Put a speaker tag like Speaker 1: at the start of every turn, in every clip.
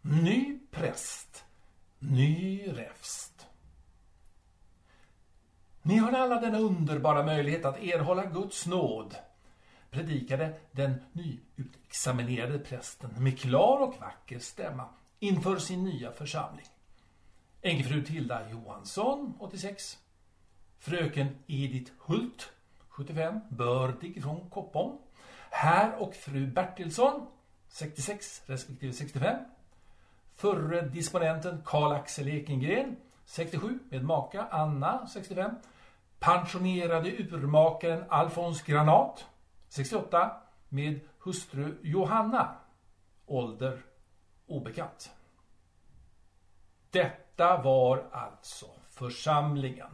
Speaker 1: ny präst, ny räfst. Ni har alla denna underbara möjlighet att erhålla Guds nåd, predikade den nyutexaminerade prästen med klar och vacker stämma inför sin nya församling. Enkefru Tilda Johansson, 86. Fröken Edith Hult, 75, bördig från Koppom. Herr och fru Bertilsson, 66 respektive 65. Förre disponenten Karl Axel Ekengren, 67, med maka Anna, 65. Pensionerade urmakaren Alfons Granat, 68, med hustru Johanna, ålder obekant. Detta var alltså församlingen.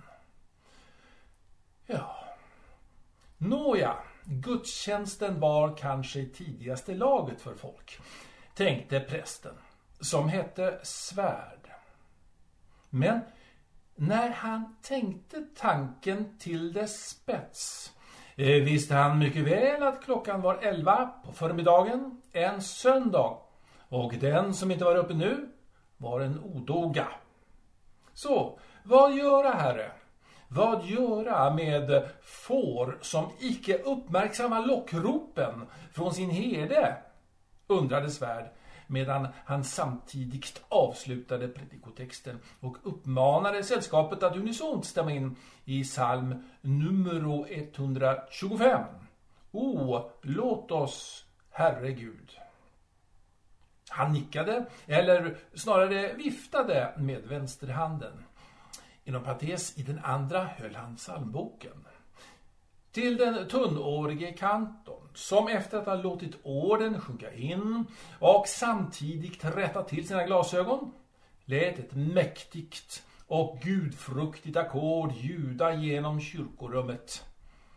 Speaker 1: Ja. Nåja, gudstjänsten var kanske i tidigaste laget för folk, tänkte prästen, som hette Svärd. Men när han tänkte tanken till dess spets visste han mycket väl att klockan var 11 på förmiddagen en söndag, och den som inte var uppe nu var en odoga. Så, vad göra, herre? Vad göra med får som icke uppmärksamma lockropen från sin herde? Undrade Svärd, medan han samtidigt avslutade predikotexten och uppmanade sällskapet att unisont stämma in i psalm nummer 125. Låt oss, Herre Gud. Han nickade, eller snarare viftade med vänsterhanden. Inom parentes, i den andra höll han psalmboken. Till den tunnårige kantorn, som efter att ha låtit orden sjunka in och samtidigt rätta till sina glasögon, lät ett mäktigt och gudfruktigt ackord ljuda genom kyrkorummet.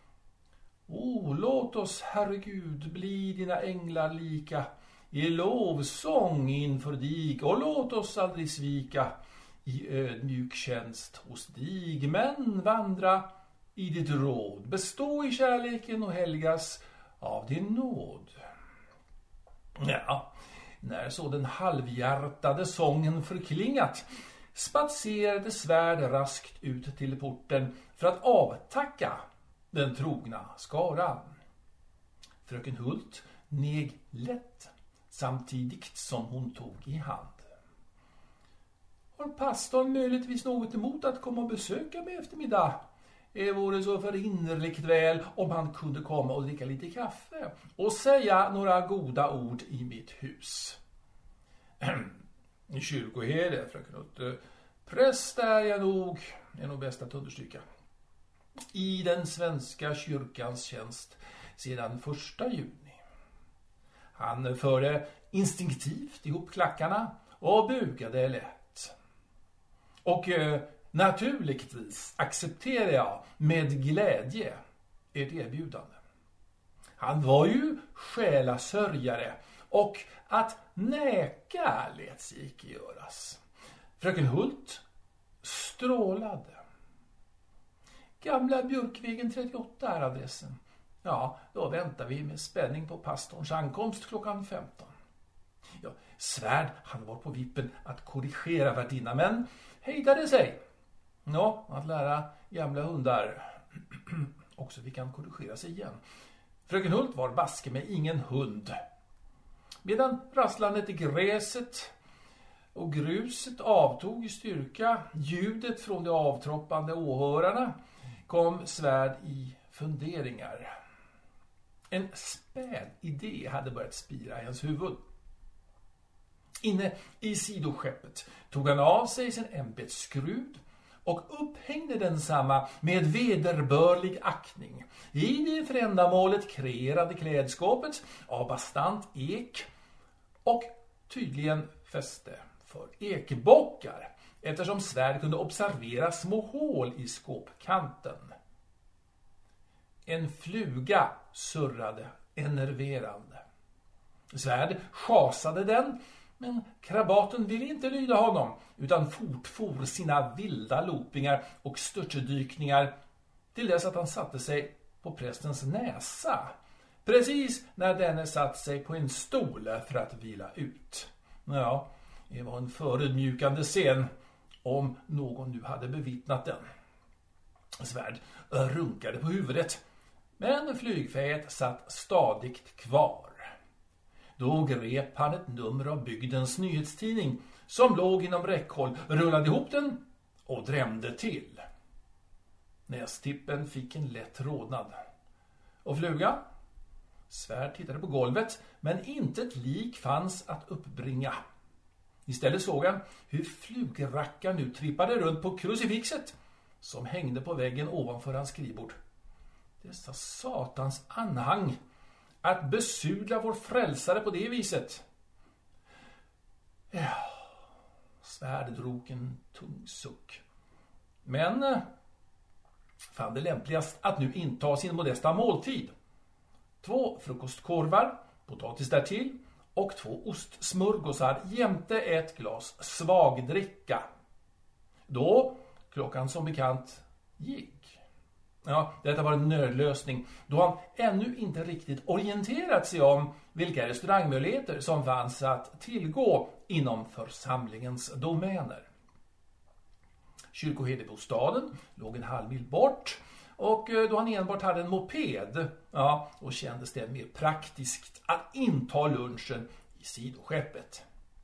Speaker 1: Låt oss, Herre Gud, bli dina änglar lika i lovsång inför dig, och låt oss aldrig svika i ödmjuk tjänst hos dig, men vandra i ditt råd, bestå i kärleken och helgas av din nåd. Ja, när så den halvhjärtade sången förklingat, spatserade Svärd raskt ut till porten för att avtacka den trogna skaran. Fröken Hult neg lätt samtidigt som hon tog i hand. Har pastorn möjligtvis något emot att komma och besöka mig eftermiddag? Det vore så för innerligt väl om han kunde komma och dricka lite kaffe och säga några goda ord i mitt hus. Kyrkoherde, fröken Hult. Präst är nog bäst att understryka. I den svenska kyrkans tjänst sedan 1 juni. Han förde instinktivt ihop klackarna och bugade lätt. Och naturligtvis accepterar jag med glädje ert erbjudande. Han var ju själasörjare, och att näka lät sig icke göras. Fröken Hult strålade. Gamla Björkvägen 38 är adressen. Ja, då väntar vi med spänning på pastorns ankomst klockan 15. Ja, Svärd, han var på vippen att korrigera värdinna, men hejdade sig. Ja, att lära gamla hundar. Också vi kan korrigera sig igen. Fröken Hult var baske med ingen hund. Medan rasslandet i gräset och gruset avtog i styrka, ljudet från de avtroppande åhörarna, kom Svärd i funderingar. En späd idé hade börjat spira i hans huvud. Inne i sidoskeppet tog han av sig sin ämbetsskrud och upphängde densamma med vederbörlig aktning i det för ändamålet kreerade klädskåpet av bastant ek, och tydligen fäste för ekbockar, eftersom Svärd kunde observera små hål i skåpkanten. En fluga surrade enerverande. Svärd schasade den, men krabaten ville inte lyda honom, utan fortfor sina vilda lopingar och störtdykningar till dess att han satte sig på prästens näsa, precis när denne satt sig på en stol för att vila ut. Ja, Det var en förödmjukande scen, om någon nu hade bevittnat den. Svärd runkade på huvudet, men flygfäet satt stadigt kvar. Då grep han ett nummer av bygdens nyhetstidning som låg inom räckhåll, rullade ihop den och drämde till. Nästippen fick en lätt rodnad. Och fluga? Svärd tittade på golvet, men inte ett lik fanns att uppbringa. Istället såg han hur flugrackaren nu trippade runt på krucifixet som hängde på väggen ovanför hans skrivbord. Dessa satans anhang, att besudla vår frälsare på det viset. Ja, Svärd drog en tung suck. Men fann det lämpligast att nu inta sin modesta måltid. 2 frukostkorvar, potatis därtill och 2 ostsmörgåsar jämte ett glas svagdricka. Då klockan som bekant gick. Ja, detta var en nödlösning då han ännu inte riktigt orienterat sig om vilka restaurangmöjligheter som fanns att tillgå inom församlingens domäner. Kyrkoherdebostaden låg en halv mil bort, och då han enbart hade en moped, ja, då kändes det mer praktiskt att inta lunchen i sidoskeppet.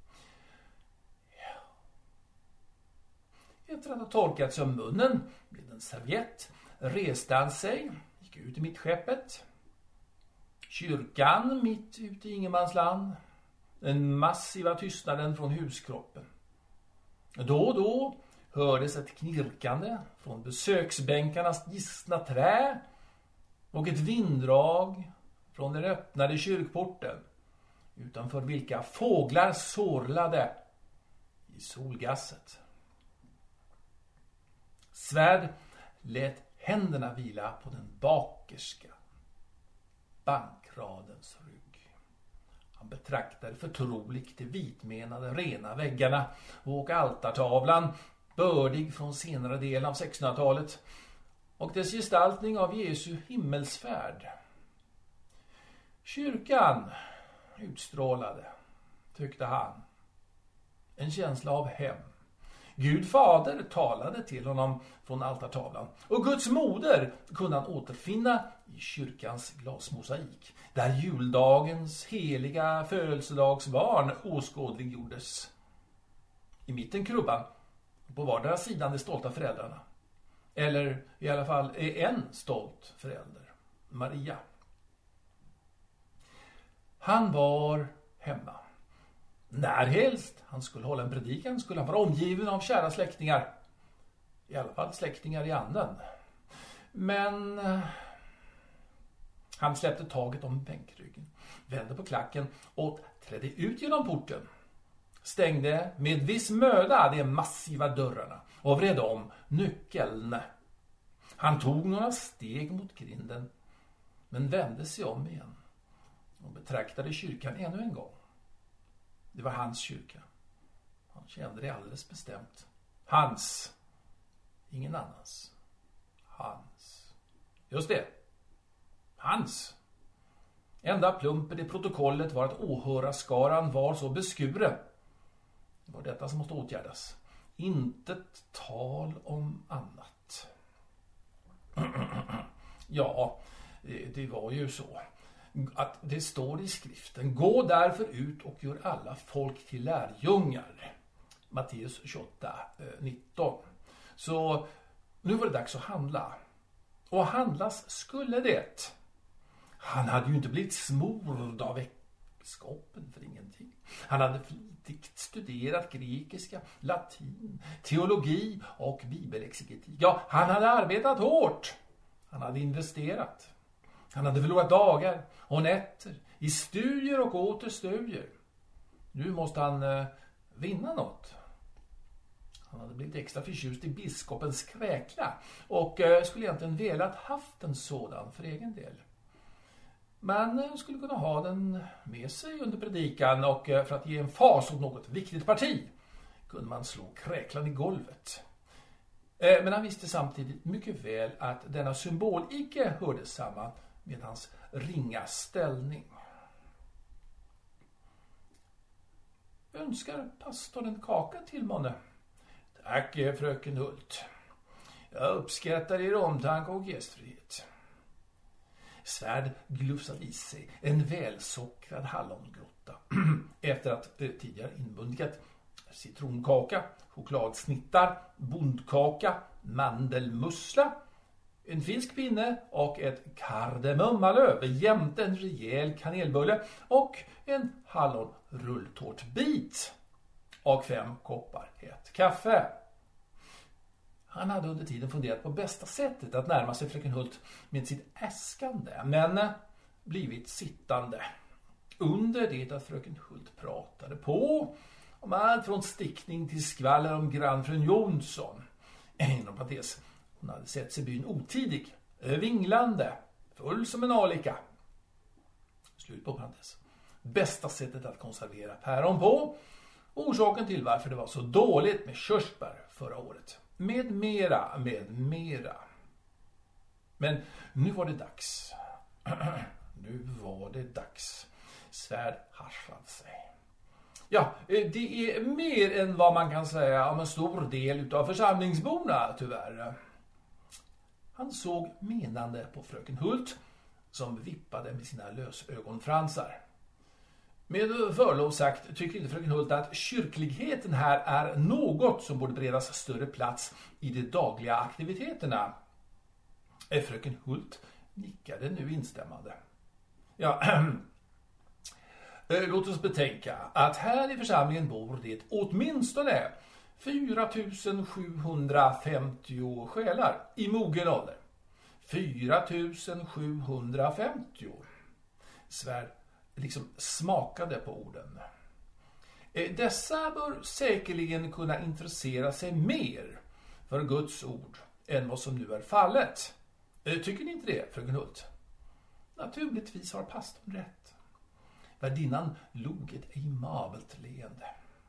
Speaker 1: Efter att ha torkat sig om munnen med en servett reste han sig, gick ut i mittskeppet. Kyrkan mitt ute i ingenmansland, den massiva tystnaden från huskroppen. Då och då hördes ett knirkande från besöksbänkarnas gistna trä och ett vinddrag från den öppnade kyrkporten, utanför vilka fåglar sorlade i solgasset. Svärd lät händerna vila på den bakerska bankradens rygg. Han betraktade förtroligt de vitmenade rena väggarna och altartavlan, bördig från senare delen av 1600-talet, och dess gestaltning av Jesu himmelsfärd. Kyrkan utstrålade, tyckte han, en känsla av hem. Gud fader talade till honom från altartavlan, och Guds moder kunde han återfinna i kyrkans glasmosaik, där juldagens heliga födelsedagsbarn åskådliggjordes. I mitten krubban, på vardera sidan de stolta föräldrarna, eller i alla fall en stolt förälder, Maria. Han var hemma. Närhelst han skulle hålla en predikan skulle han vara omgiven av kära släktingar. I alla fall släktingar i anden. Men han släppte taget om bänkryggen, vände på klacken och trädde ut genom porten. Stängde med viss möda de massiva dörrarna och vred om nyckeln. Han tog några steg mot grinden, men vände sig om igen och betraktade kyrkan ännu en gång. Det var hans kyrka. Han kände det alldeles bestämt. Hans. Ingen annans. Hans. Just det. Hans. Enda plumpen i protokollet var att åhörarskaran var så beskuren. Det var detta som måste åtgärdas. Intet tal om annat. Ja, det var ju så att det står i skriften: gå därför ut och gör alla folk till lärjungar. Matteus 28:19. Så nu var det dags att handla. Och handlas skulle det. Han hade ju inte blivit smord av äktenskapen för ingenting. Han hade flitigt studerat grekiska, latin, teologi och bibelexegetik. Ja, han hade arbetat hårt. Han hade investerat. Han hade förlorat dagar och nätter i studier och åter studier. Nu måste han vinna något. Han hade blivit extra förtjust i biskopens kräkla och skulle egentligen velat haft en sådan för egen del. Man skulle kunna ha den med sig under predikan, och för att ge en fas åt något viktigt parti kunde man slå kräklan i golvet. Men han visste samtidigt mycket väl att denna symbol icke hörde samman med hans ringa ställning. önskar pastorn en kaka till månne. Tack, fröken Hult. Jag uppskattar er omtanke och gästfrihet. Svärd glufsade i sig en välsockrad hallongrotta efter att tidigare inmundigat citronkaka, chokladsnittar, bondkaka, mandelmussla, en finsk pinne och ett kardemummalöv jämte en rejäl kanelbulle och en hallonrulltårtbit och 5 koppar hett kaffe. Han hade under tiden funderat på bästa sättet att närma sig fröken Hult med sitt äskande, men blivit sittande under det att fröken Hult pratade på om allt från stickning till skvaller om grannfrun Jonsson. Inom parentes, hon hade sett sig byn otidig, vinglande, full som en alika. Slut på parentes. Bästa sättet att konservera päron på, orsaken till varför det var så dåligt med körsbär förra året. Med mera. Men nu var det dags. Svärd harslade sig. Ja, det är mer än vad man kan säga om en stor del av församlingsborna, tyvärr. Han såg menande på fröken Hult som vippade med sina lösögonfransar. Med förlov sagt tycker inte fröken Hult att kyrkligheten här är något som borde beredas större plats i de dagliga aktiviteterna. Fröken Hult nickade nu instämmande. Ja, låt oss betänka att här i församlingen bor det åtminstone 4750 själar i mogen ålder. 4750. Svärd liksom smakade på orden. Dessa bör säkerligen kunna intressera sig mer för Guds ord än vad som nu är fallet. Tycker ni inte det, fröken Hult? Naturligtvis har pastorn rätt. Värdinnan log ett imabelt leende.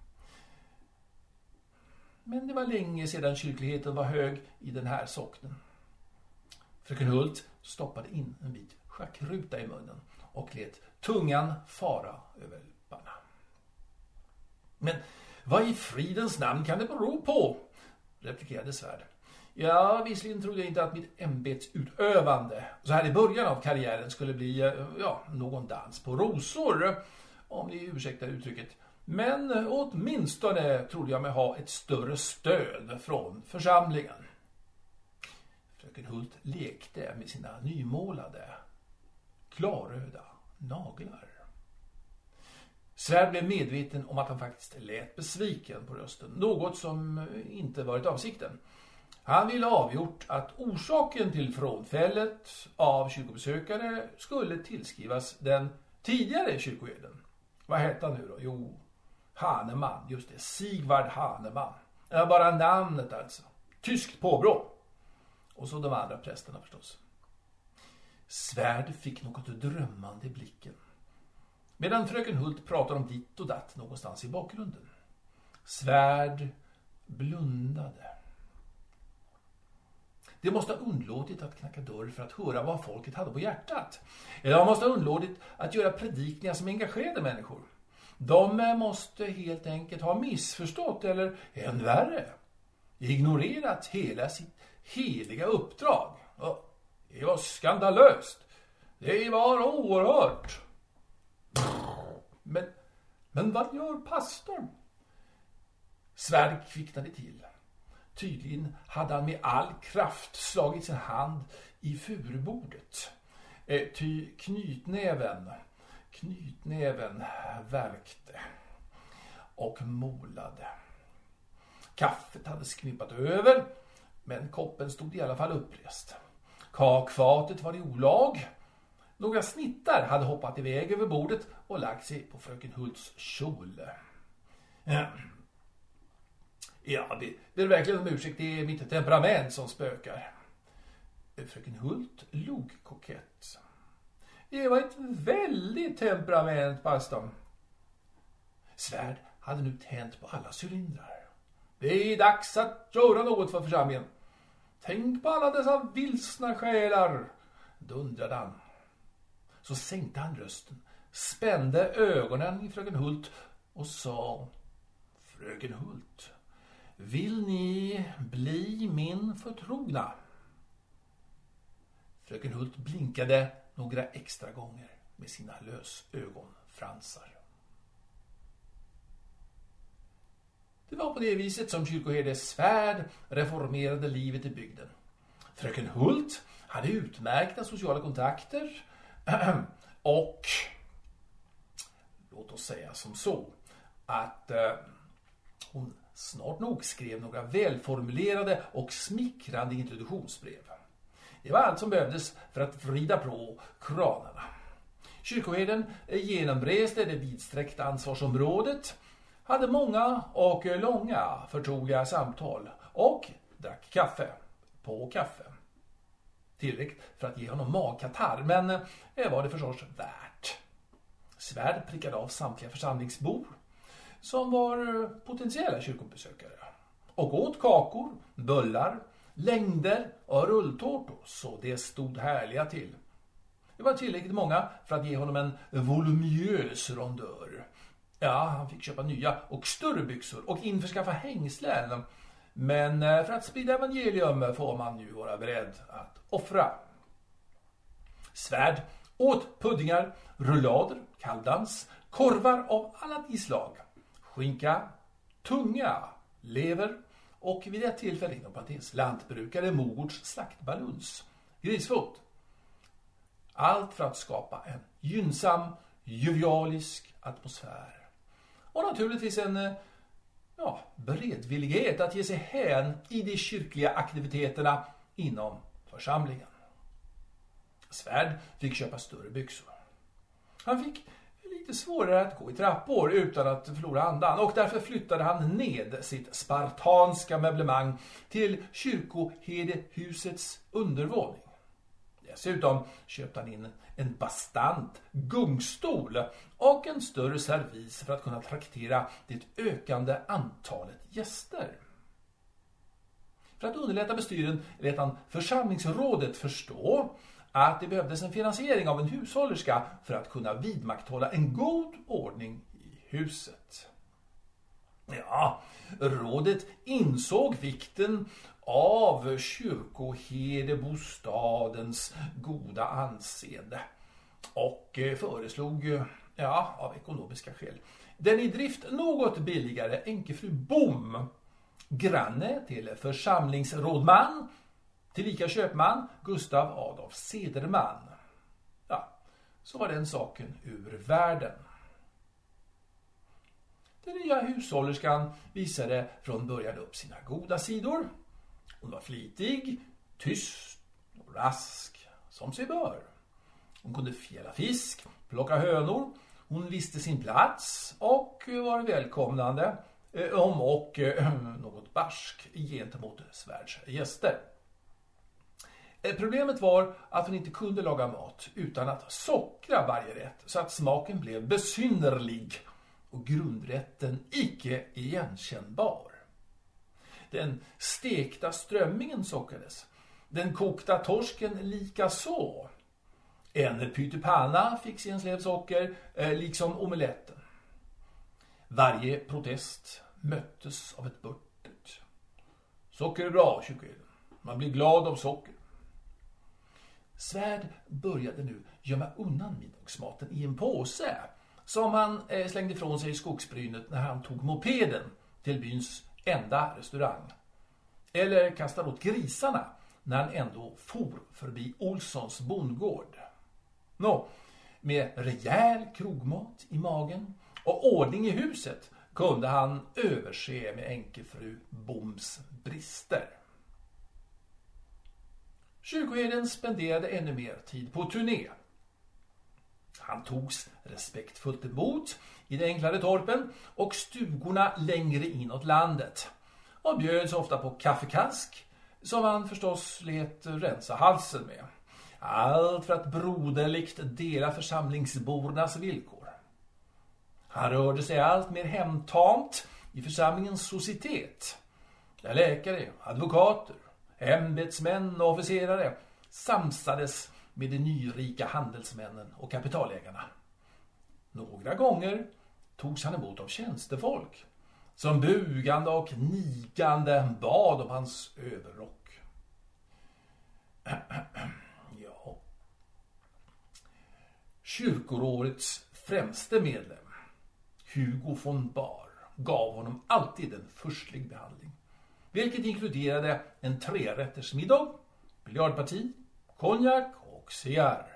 Speaker 1: Men det var länge sedan kyrkligheten var hög i den här socknen. Fröken Hult stoppade in en bit schackruta i munnen och lät tungan fara över läpparna. Men vad i fridens namn kan det bero på? Replikerade Svärd. Ja, visserligen trodde jag inte att mitt ämbetsutövande så här i början av karriären skulle bli någon dans på rosor, om ni ursäktar uttrycket. Men åtminstone trodde jag mig ha ett större stöd från församlingen. Fröken Hult lekte med sina nymålade, klarröda naglar. Svärd blev medveten om att han faktiskt lät besviken på rösten, något som inte varit avsikten. Han ville avgjort att orsaken till frånfället av kyrkobesökare skulle tillskrivas den tidigare kyrkoherden. Vad hette han nu då? Jo, Haneman, just det, Sigvard Haneman. Bara namnet alltså. Tyskt påbrå. Och så de andra prästerna förstås. Svärd fick något drömmande i blicken. Medan fröken Hult pratade om ditt och datt någonstans i bakgrunden. Svärd blundade. Det måste ha undlåtit att knacka dörr för att höra vad folket hade på hjärtat. Eller de måste ha undlåtit att göra predikningar som engagerade människor. De måste helt enkelt ha missförstått eller än värre ignorerat hela sitt heliga uppdrag. Det var skandalöst. Det var oerhört. Men vad gör pastorn? Svärd kvicknade till. Tydligen hade han med all kraft slagit sin hand i furbordet. Ty knytnäven värkte och molade. Kaffet hade sknippat över, men koppen stod i alla fall upprest. Kakfatet var i olag. Några snittar hade hoppat iväg över bordet och lagt sig på fröken Hults kjol. Ja, det är verkligen om ursäkt, det är mitt temperament som spökar. Fröken Hult log kokett. Det var ett väldigt temperament, pastorn. Svärd hade nu tänt på alla cylindrar. Det är dags att göra något för församlingen. Tänk på alla dessa vilsna själar, dundrade han. Så sänkte han rösten, spände ögonen i fröken Hult och sa Fröken Hult, vill ni bli min förtrogna? Fröken Hult blinkade några extra gånger med sina lösögonfransar. Det var på det viset som kyrkoherde Svärd reformerade livet i bygden. Fröken Hult hade utmärkta sociala kontakter och låt oss säga som så att hon snart nog skrev några välformulerade och smickrande introduktionsbrev. Det var allt som behövdes för att vrida på kranarna. Kyrkoherden genomreste det vidsträckta ansvarsområdet, hade många och långa förtroliga samtal och drack kaffe på kaffe. Tillräckligt för att ge honom magkatarr, men var det förstås värt. Svärd prickade av samtliga församlingsbor som var potentiella kyrkobesökare och åt kakor, bullar, längder och rulltårtor så det stod härliga till. Det var tillräckligt många för att ge honom en voluminös rondör. Ja, han fick köpa nya och större byxor och införskaffa hängslen. Men för att sprida evangelium får man ju vara beredd att offra. Svärd åt puddingar, rullader, kalldans, korvar av alla de slag, skinka, tunga, lever och vid ett tillfälle inom parentes lantbrukare Mogårds slaktbaluns, grisfot. Allt för att skapa en gynnsam, jovialisk atmosfär. Och naturligtvis en beredvillighet att ge sig hän i de kyrkliga aktiviteterna inom församlingen. Svärd fick köpa större byxor. Han fick lite svårare att gå i trappor utan att förlora andan och därför flyttade han ned sitt spartanska möblemang till kyrkoherdehusets undervåning. Dessutom köpte han in en bastant gungstol och en större servis för att kunna traktera det ökande antalet gäster. För att underlätta bestyren lät han församlingsrådet förstå att det behövdes en finansiering av en hushållerska för att kunna vidmakthålla en god ordning i huset. Ja, rådet insåg vikten av kyrkoherdebostadens goda anseende och föreslog, av ekonomiska skäl, den i drift något billigare enkefru Bom, granne till församlingsrådman, tillika köpman Gustav Adolf Cederman. Ja, så var den saken ur världen. Den nya hushållerskan visade från början upp sina goda sidor. Hon var flitig, tyst och rask, som sig bör. Hon kunde fjälla fisk, plocka hönor. Hon visste sin plats och var välkomnande och något barsk gentemot Svärds gäster. Problemet var att hon inte kunde laga mat utan att sockra varje rätt så att smaken blev besynnerlig och grundrätten icke igenkännbar. Den stekta strömmingen sockrades. Den kokta torsken lika så. En pyttipanna fick sin slev socker, liksom omeletten. Varje protest möttes av ett börtet. Socker är bra, kyrkoherden. Man blir glad av socker. Svärd började nu gömma undan middagsmaten i en påse som han slängde ifrån sig i skogsbrynet när han tog mopeden till byns enda restaurang. Eller kastade åt grisarna när han ändå for förbi Olssons bondgård. Med rejäl krogmat i magen och ordning i huset kunde han överse med enkefru Boms brister. Kyrkoherden spenderade ännu mer tid på turné. Han togs respektfullt emot i de enklare torpen och stugorna längre inåt landet och bjöds ofta på kaffekask som han förstås lät rensa halsen med. Allt för att broderligt dela församlingsbornas villkor. Han rörde sig allt mer hemtamt i församlingens societet, där läkare, advokater, ämbetsmän och officerare samsades med de nyrika handelsmännen och kapitalägarna. Några gånger togs han emot av tjänstefolk som bugande och nigande bad om hans överrock. Ja. Kyrkorådets främste medlem, Hugo von Bar, gav honom alltid en förstlig behandling, vilket inkluderade en 3-rättersmiddag, biljardparti, konjak och cigarr.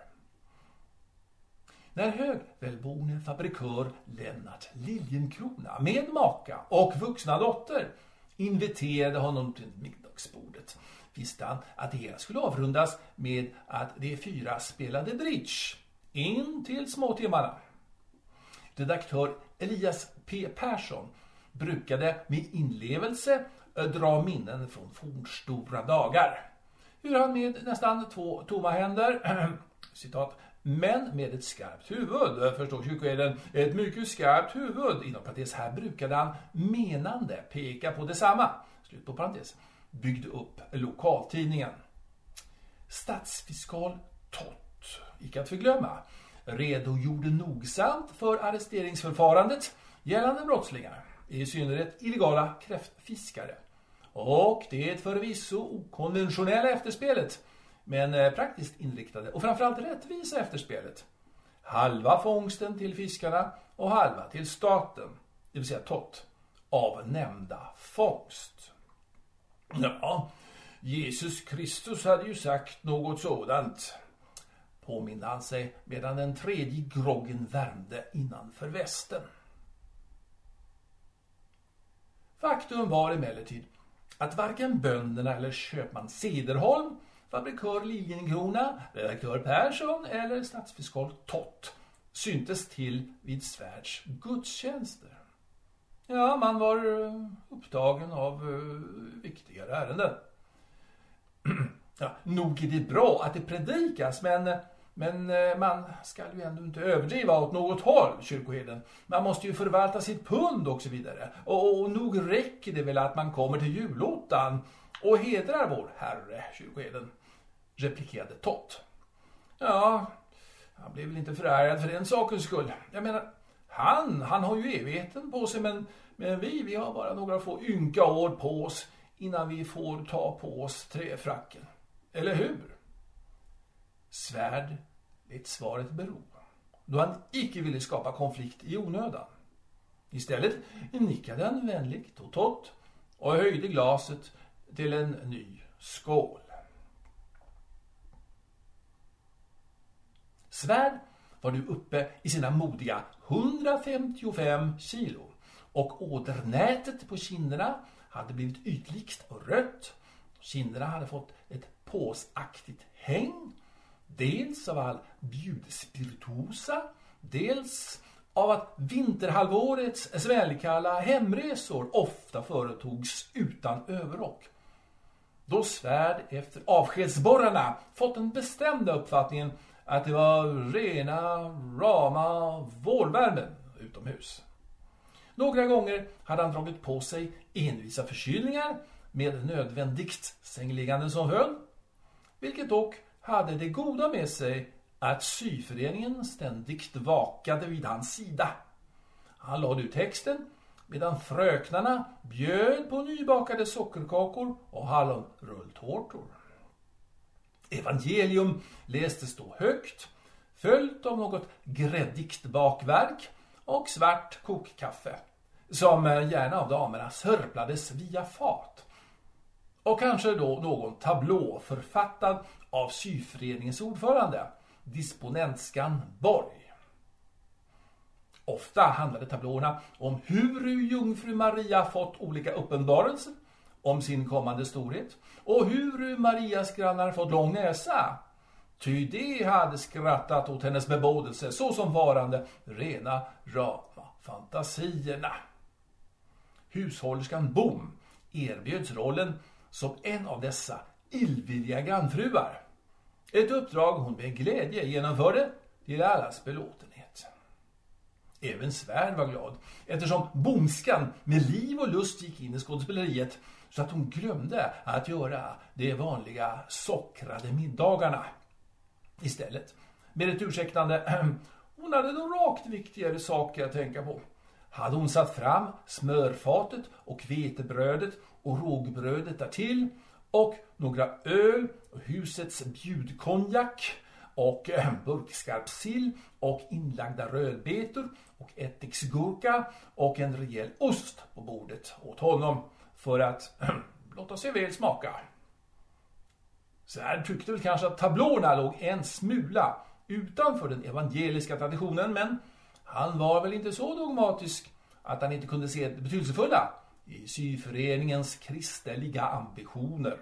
Speaker 1: När högvälborne fabrikör Lennart Liljenkrona med maka och vuxna dotter inviterade honom till middagsbordet, visste han att det hela skulle avrundas med att de 4 spelade bridge in till småtimmarna. Redaktör Elias P. Persson brukade med inlevelse dra minnen från fornstora dagar. Hur han med nästan 2 tomma händer, citat, men med ett skarpt huvud, förstår kyrkoherden, ett mycket skarpt huvud, inom parentes här brukade han menande peka på detsamma, slut på parentes, byggde upp lokaltidningen. Statsfiskal Tott, icke att förglömma, redogjorde nogsamt för arresteringsförfarandet gällande brottslingar, i synnerhet illegala kräftfiskare, och det förvisso okonventionella efterspelet, men praktiskt inriktade och framförallt rättvisa efterspelet. Halva fångsten till fiskarna och halva till staten, det vill säga Tott, av nämnda fångst. Ja, Jesus Kristus hade ju sagt något sådant, påminner han sig medan den 3:e groggen värmde innanför västen. Faktum var emellertid att varken bönderna eller köpman Cederholm, fabrikör Liljenkrona, redaktör Persson eller statsfiskal Tott syntes till vid Svärds gudstjänster. Ja, man var upptagen av viktigare ärenden. Ja, nog är det bra att det predikas, men man ska ju ändå inte överdriva åt något håll, kyrkoherden. Man måste ju förvalta sitt pund och så vidare. Och nog räcker det väl att man kommer till julottan och hedrar vår herre, kyrkoherden, replikerade Tott. Ja, han blev väl inte förärad för den sakens skull. Jag menar, han har ju evigheten på sig, men vi har bara några få ynka år på oss innan vi får ta på oss träfracken. Eller hur? Svärd lät svaret bero, då han icke ville skapa konflikt i onödan. Istället nickade han vänligt och Tott och höjde glaset till en ny skål. Svärd var nu uppe i sina modiga 155 kilo och ådernätet på kinderna hade blivit ytligt och rött. Kinderna hade fått ett påsaktigt häng, dels av all bjudspirituosa, dels av att vinterhalvårets svällkalla hemresor ofta företogs utan överrock. Då Svärd efter avskedsborrarna fått den bestämda uppfattningen att det var rena, rama vårvärmen utomhus. Några gånger hade han dragit på sig envisa förkylningar med nödvändigt sängliggande som följd, vilket dock hade det goda med sig att syföreningen ständigt vakade vid hans sida. Han lade ut texten medan fröknarna bjöd på nybakade sockerkakor och hallonrulltårtor. Evangelium lästes då högt, följt av något gräddigt bakverk och svart kokkaffe, som gärna av damerna sörplades via fat. Och kanske då någon tablå författad av syföreningens ordförande, disponentskan Borg. Ofta handlade tablåerna om hur jungfru Maria fått olika uppenbarelser om sin kommande storhet och hur Marias grannar fått lång näsa. Ty det hade skrattat åt hennes bebådelse så som varande rena rama fantasierna. Hushållerskan Bom erbjöds rollen som en av dessa illvilliga grannfruar. Ett uppdrag hon med glädje genomförde till allas belåtenhet. Även Svärd var glad, eftersom Bomskan med liv och lust gick in i skådespeleriet så att hon glömde att göra de vanliga sockrade middagarna. Istället, med ett ursäktande, hon hade nog rakt viktigare saker att tänka på. hade hon satt fram smörfatet och vetebrödet och rågbrödet därtill och några öl och husets bjudkonjak och en burkskarp sill och inlagda rödbetor och ättiksgurka och en rejäl ost på bordet åt honom för att låta sig väl smaka. Svärd tyckte väl kanske att tablåerna låg en smula utanför den evangeliska traditionen, men han var väl inte så dogmatisk att han inte kunde se det betydelsefulla i syföreningens kristliga ambitioner.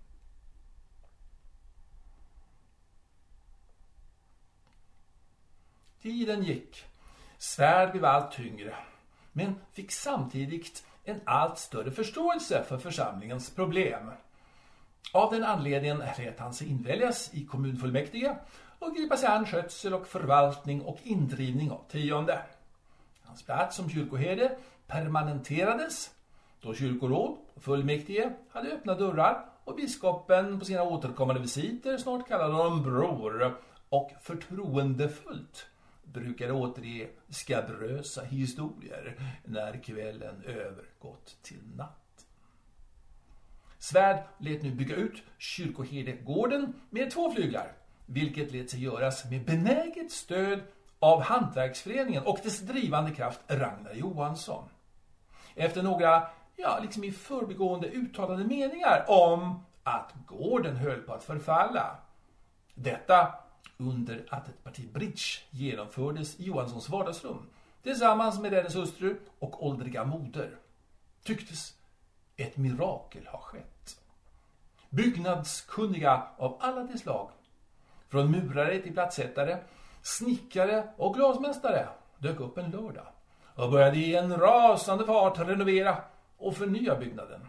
Speaker 1: Tiden gick. Svärd blev allt tyngre, men fick samtidigt en allt större förståelse för församlingens problem. Av den anledningen lät han sig inväljas i kommunfullmäktige och gripa sig an skötsel och förvaltning och indrivning av tionde. Hans plats som kyrkoherde permanenterades då kyrkoråd och fullmäktige hade öppna dörrar och biskopen på sina återkommande visiter snart kallade honom bror och förtroendefullt brukade återge skabrösa historier när kvällen övergått till natt. Svärd lät nu bygga ut kyrkoherdegården med 2 flyglar, vilket lät sig göras med benäget stöd av hantverksföreningen och dess drivande kraft Ragnar Johansson. Efter några, liksom i förbigående uttalade meningar om att gården höll på att förfalla. Detta under att ett parti bridge genomfördes i Johanssons vardagsrum tillsammans med dennes hustru och åldriga moder. Tycktes ett mirakel ha skett. Byggnadskunniga av alla de slag, från murare till plattsättare, snickare och glasmästare, dök upp en lördag och började i en rasande fart renovera och förnya byggnaden.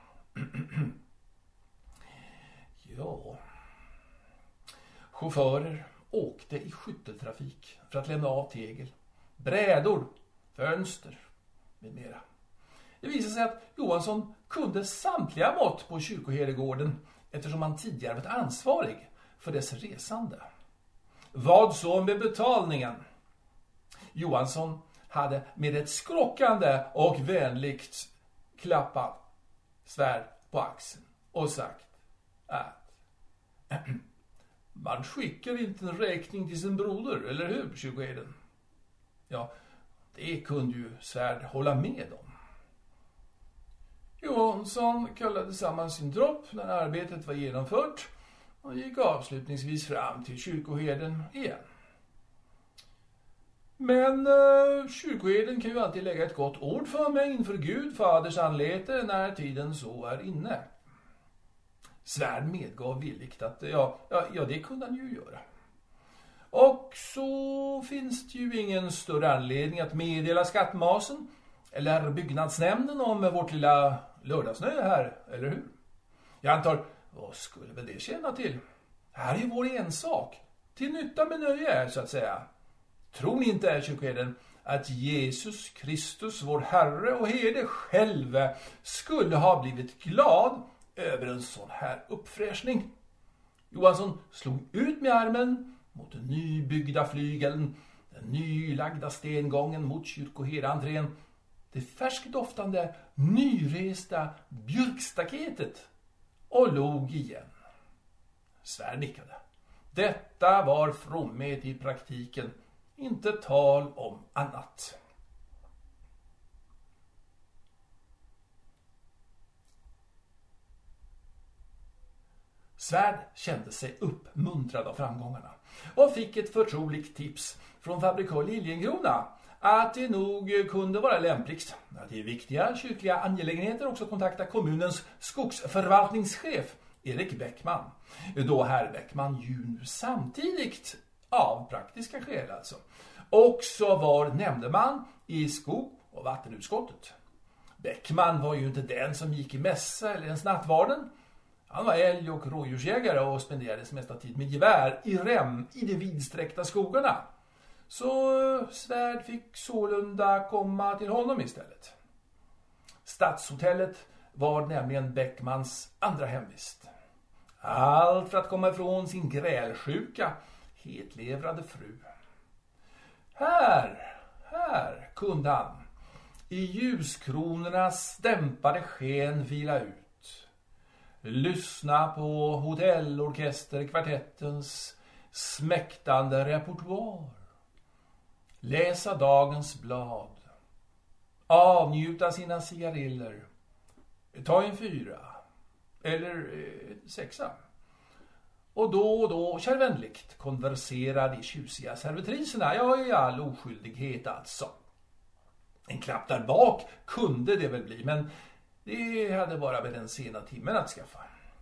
Speaker 1: Chaufförer åkte i skytteltrafik för att lämna av tegel, brädor, fönster med mera. Det visade sig att Johansson kunde samtliga mått på kyrkoherdegården eftersom han tidigare varit ansvarig för dess resande. Vad så med betalningen? Johansson hade med ett skrockande och vänligt klappat Svärd på axeln och sagt att man skickar inte en räkning till sin broder, eller hur, kyrkoherden? Ja, det kunde ju Svärd hålla med om. Johansson kallade samman sin tropp när arbetet var genomfört och gick avslutningsvis fram till kyrkoherden igen. Men kyrkoherden kan ju alltid lägga ett gott ord för mig inför Gud, faders anlete, när tiden så är inne. Svärd medgav villigt att det kunde han ju göra. Och så finns det ju ingen större anledning att meddela skattmasen eller byggnadsnämnden om vårt lilla lördagsnöje här, eller hur? Jag antar, vad skulle väl det tjäna till? Här är ju vår ensak, till nytta med nöje, så att säga. Tror ni inte, kyrkoherden, att Jesus Kristus, vår Herre och herde själv, skulle ha blivit glad över en sån här uppfräschning? Johansson slog ut med armen mot den nybyggda flygeln, den nylagda stengången mot kyrkoherdentrén, det färskdoftande, nyresta björkstaketet och log igen. Svärd nickade. Detta var fromhet i praktiken, inte tal om annat. Svärd kände sig uppmuntrad av framgångarna och fick ett förtroligt tips från fabrikör Liljenkrona att det nog kunde vara lämpligt att i viktiga kyrkliga angelägenheter också kontakta kommunens skogsförvaltningschef Erik Bäckman. Då herr Bäckman ju nu samtidigt, av praktiska skäl alltså, också var nämndeman i skog- och vattenutskottet. Bäckman var ju inte den som gick i mässa eller ens nattvarden. Han var älg- och rådjursjägare och spenderade sin mesta tid med gevär i rem i de vidsträckta skogarna. Så Svärd fick sålunda komma till honom istället. Stadshotellet var nämligen Bäckmans andra hemvist. Allt för att komma ifrån sin grälsjuka, hetlevrade fru. Här kunde han, i ljuskronornas dämpade sken vila ut. Lyssna på hotellorkesterkvartettens smäktande repertoar. Läsa dagens blad. Avnjuta sina cigariller. Ta en 4 eller 6. Och då kärvänligt konversera de tjusiga servitriserna. Ja, i all oskyldighet alltså. En klapp där bak kunde det väl bli, men det hade bara med den sena timmen att skaffa.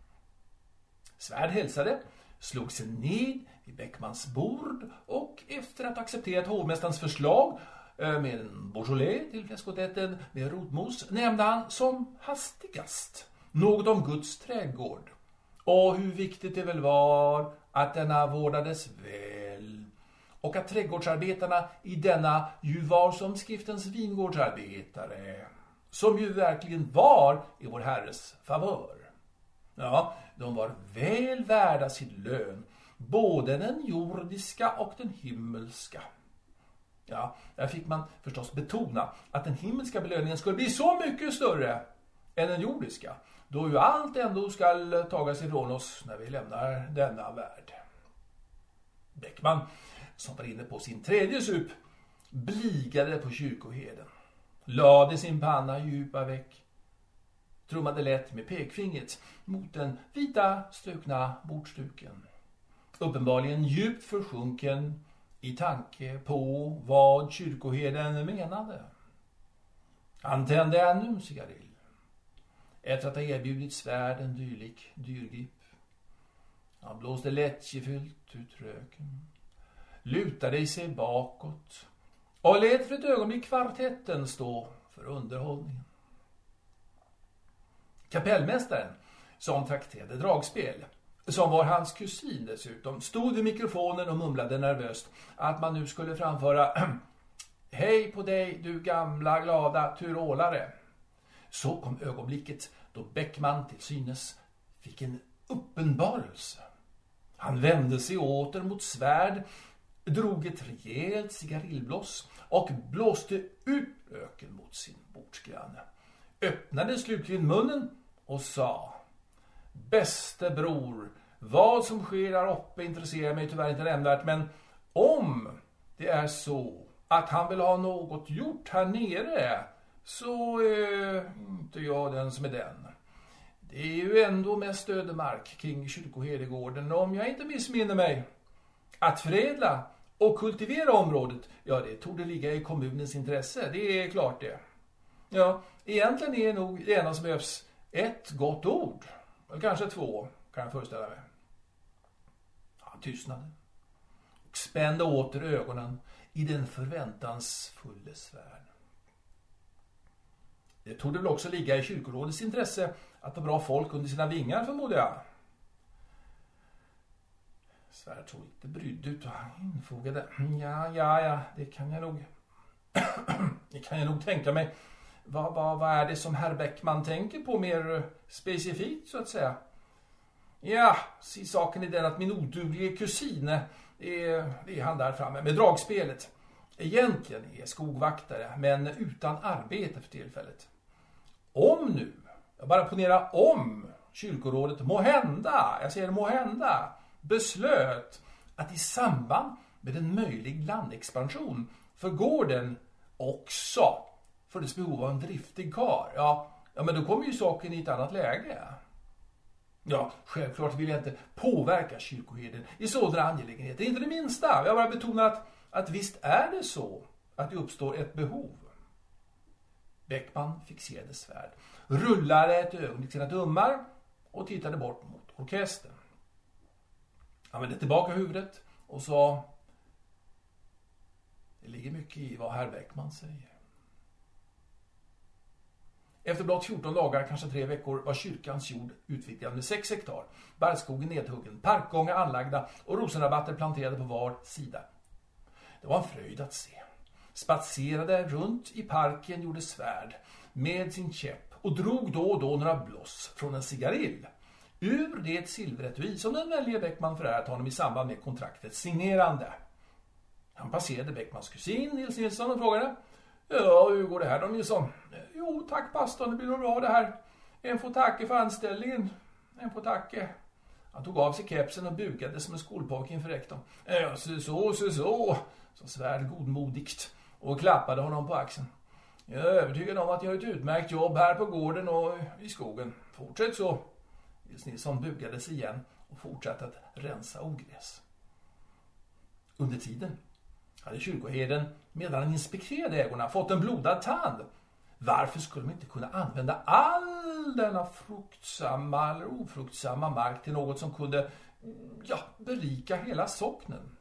Speaker 1: Svärd hälsade, slog sig ned vid Bäckmans bord och efter att ha accepterat hovmästarens förslag med en Beaujolais till fläskotetten med rotmos nämnde han som hastigast något om Guds trädgård och hur viktigt det väl var att denna vårdades väl och att trädgårdsarbetarna i denna ju var som skriftens vingårdsarbetare som ju verkligen var i vår Herres favör. Ja, de var väl värda sin lön, både den jordiska och den himmelska. Ja, där fick man förstås betona att den himmelska belöningen skulle bli så mycket större än den jordiska, då ju allt ändå ska tagas ifrån oss när vi lämnar denna värld. Bäckman, som var inne på sin 3:e sup, bligade på kyrkoherden, lade sin panna djupa väck, trummade lätt med pekfingret mot den vita strukna bordstuken, uppenbarligen djupt försjunken i tanke på vad kyrkoherden menade. Han tände ännu en cigarill, efter att ha erbjudit svärd en dylik dyrgrip. Han blåste lättjefyllt ut röken, lutade sig bakåt och lät för ett ögonblick kvartetten stå för underhållningen. Kapellmästaren, som trakterade dragspel, som var hans kusin dessutom, stod vid mikrofonen och mumlade nervöst att man nu skulle framföra Hej på dig, du gamla glada tyrolare. Så kom ögonblicket då Bäckman till synes fick en uppenbarelse. Han vände sig åter mot svärd, drog ett rejält cigarillblås och blåste ut röken mot sin bordsgranne. Öppnade slutligen munnen och sa: Bäste bror, vad som sker där uppe intresserar mig tyvärr inte nämnvärt, men om det är så att han vill ha något gjort här nere, så är inte jag den som är den. Det är ju ändå mest ödemark kring kyrkoherdegården, om jag inte missminner mig. Att förädla och kultivera området, ja, det torde ligga i kommunens intresse, det är klart det. Ja, egentligen är nog det enda som behövs ett gott ord, eller kanske 2, kan jag föreställa mig. Han tystnade och spände åter ögonen i den förväntansfulla svärd. Det torde väl också ligga i kyrkorådets intresse att ha bra folk under sina vingar, förmodar jag. Svärd såg lite brydd ut och infogade. Ja, det kan jag nog det kan jag nog tänka mig. Vad är det som herr Bäckman tänker på mer specifikt, så att säga? Ja, se saken i den att min oduglige kusin är han där framme med dragspelet. Egentligen är skogvaktare, men utan arbete för tillfället. Om nu, jag bara ponera om kyrkorådet måhända beslöt att i samband med en möjlig landexpansion för gården också för dess behov av en driftig kar, ja, men då kommer ju saken i ett annat läge. Ja, självklart vill jag inte påverka kyrkoherden i sådana angelägenheter, inte det minsta. Jag bara betonar att visst är det så att det uppstår ett behov. Bäckman fixerade svärd, rullade ett ögonblick sina tummar och tittade bort mot orkestern. Han vände tillbaka huvudet och sa: Det ligger mycket i vad herr Bäckman säger. Efter blott 14 dagar, kanske 3 veckor, var kyrkans jord utvidgad med 6 hektar. Barrskogen nedhuggen, parkgångar anlagda och rosenrabatter planterade på var sida. Det var en fröjd att se. Spatserade runt i parken gjorde svärd med sin käpp och drog då och då några blås från en cigarill ur det silveretui som den väldige Bäckman förärat honom i samband med kontraktets signerande. Han passerade Bäckmans kusin Nils Nilsson och frågade: Ja, hur går det här då, Nilsson? Jo, tack pastorn, det blir nog bra det här. En får tacka för anställningen. En får tacka. Han tog av sig kepsen och bukade som en skolpojke inför rektorn. Ja, så, så Svärd godmodigt och klappade honom på axeln. Jag är övertygad om att jag har ett utmärkt jobb här på gården och i skogen. Fortsätt så. Nils Nilsson bugade sig igen och fortsatte att rensa ogräs. Under tiden hade kyrkoherden, medan han inspekterade ägorna, fått en blodad tand. Varför skulle de inte kunna använda all denna fruktsamma eller ofruktsamma mark till något som kunde berika hela socknen?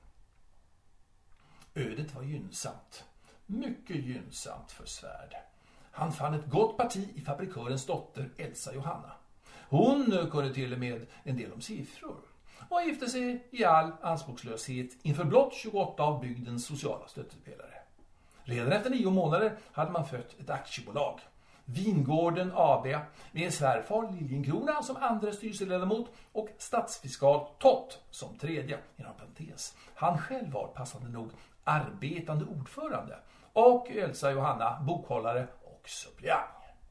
Speaker 1: Ödet var gynnsamt. Mycket gynnsamt för Svärd. Han fann ett gott parti i fabrikörens dotter Elsa Johanna. Hon kunde till och med en del om siffror och gifte sig i all anspråkslöshet inför blott 28 av bygdens sociala stöttepelare. Redan efter 9 månader hade man fött ett aktiebolag, Vingården AB, med svärfar Liljenkrona som andra styrelseledamot och statsfiskal Tott som tredje, inom parentes. Han själv var passande nog arbetande ordförande och Elsa Johanna bokhållare och suppleant.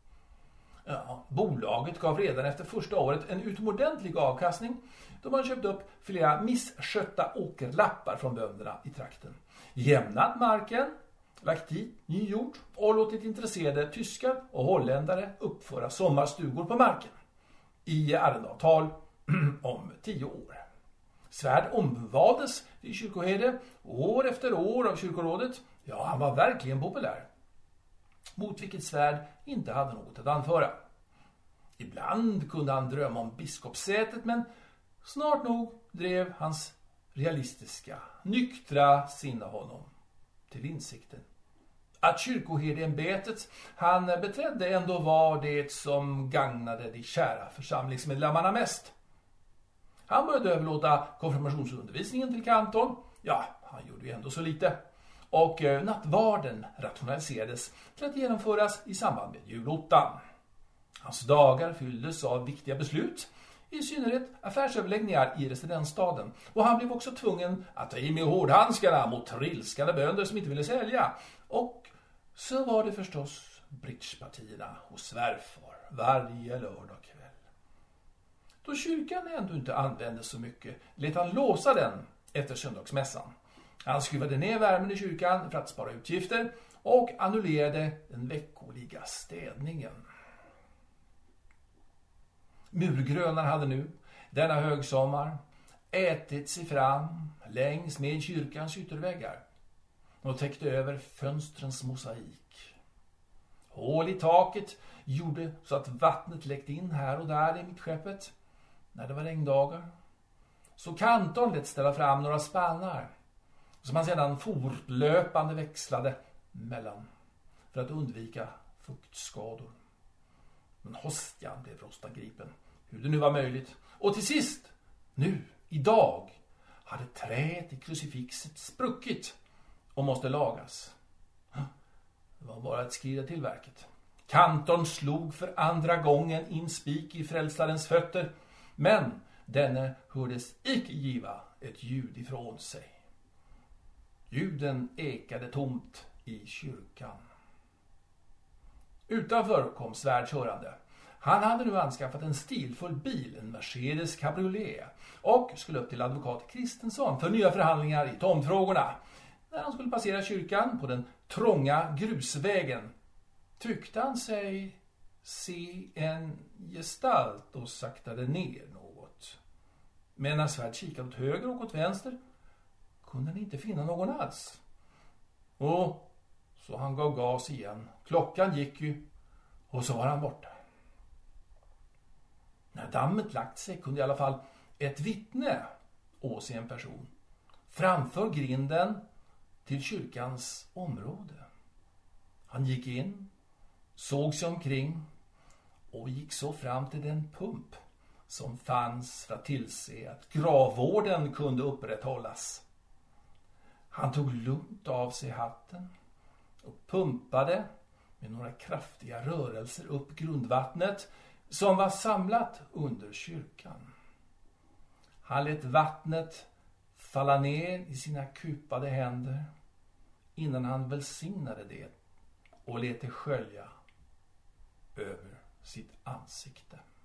Speaker 1: Ja, bolaget gav redan efter första året en utomordentlig avkastning då man köpt upp flera misskötta åkerlappar från bönderna i trakten. Jämnat marken, lagt dit ny jord och låtit intresserade tyskar och holländare uppföra sommarstugor på marken i arrendeavtal om 10 år. Svärd omvaldes i kyrkoherde år efter år av kyrkorådet. Ja, han var verkligen populär. Mot vilket Svärd inte hade något att anföra. Ibland kunde han drömma om biskopssätet, men snart nog drev hans realistiska, nyktra sinne honom till insikten att kyrkoherdeämbetet han beträdde ändå var det som gagnade de kära församlingsmedlemmarna mest. Han började överlåta konfirmationsundervisningen till kantorn. Ja, han gjorde ju ändå så lite. Och nattvarden rationaliserades till att genomföras i samband med julottan. Hans dagar fylldes av viktiga beslut, i synnerhet affärsöverläggningar i residensstaden. Och han blev också tvungen att ta i med hårdhandskarna mot trilskande bönder som inte ville sälja. Och så var det förstås bridgepartierna hos svärfar varje lördag kväll. Då kyrkan ändå inte användes så mycket lät han låsa den efter söndagsmässan. Han skruvade ner värmen i kyrkan för att spara utgifter och annullerade den veckoliga städningen. Murgrönar hade nu, denna högsommar, ätit sig fram längs med kyrkans ytterväggar och täckte över fönstrens mosaik. Hål i taket gjorde så att vattnet läckte in här och där i mittskeppet när det var regndagar. Så kantorn lät ställa fram några spannar som han sedan fortlöpande växlade mellan för att undvika fuktskador. Men hostian blev rostangripen, hur det nu var möjligt. Och till sist, nu, idag, hade träet i krucifixet spruckit och måste lagas. Det var bara att skrida till verket. Kantorn slog för andra gången in spik i frälsarens fötter, men denne hördes icke giva ett ljud ifrån sig. Ljuden ekade tomt i kyrkan. Utanför kom Svärd körande. Han hade nu anskaffat en stilfull bil, en Mercedes Cabriolet, och skulle upp till advokat Kristensson för nya förhandlingar i tomtfrågorna. När han skulle passera kyrkan på den trånga grusvägen tyckte han sig se en gestalt och saktade ner något. Men när Svärd kikade åt höger och åt vänster kunde han inte finna någon alls. Och så han gav gas igen. Klockan gick ju och så var han borta. När dammet lagt sig kunde i alla fall ett vittne åse en person framför grinden till kyrkans område. Han gick in, såg sig omkring och gick så fram till den pump som fanns för att tillse att gravvården kunde upprätthållas. Han tog lugnt av sig hatten och pumpade med några kraftiga rörelser upp grundvattnet som var samlat under kyrkan. Han lät vattnet falla ner i sina kupade händer innan han välsignade det och lät det skölja över sitt ansikte.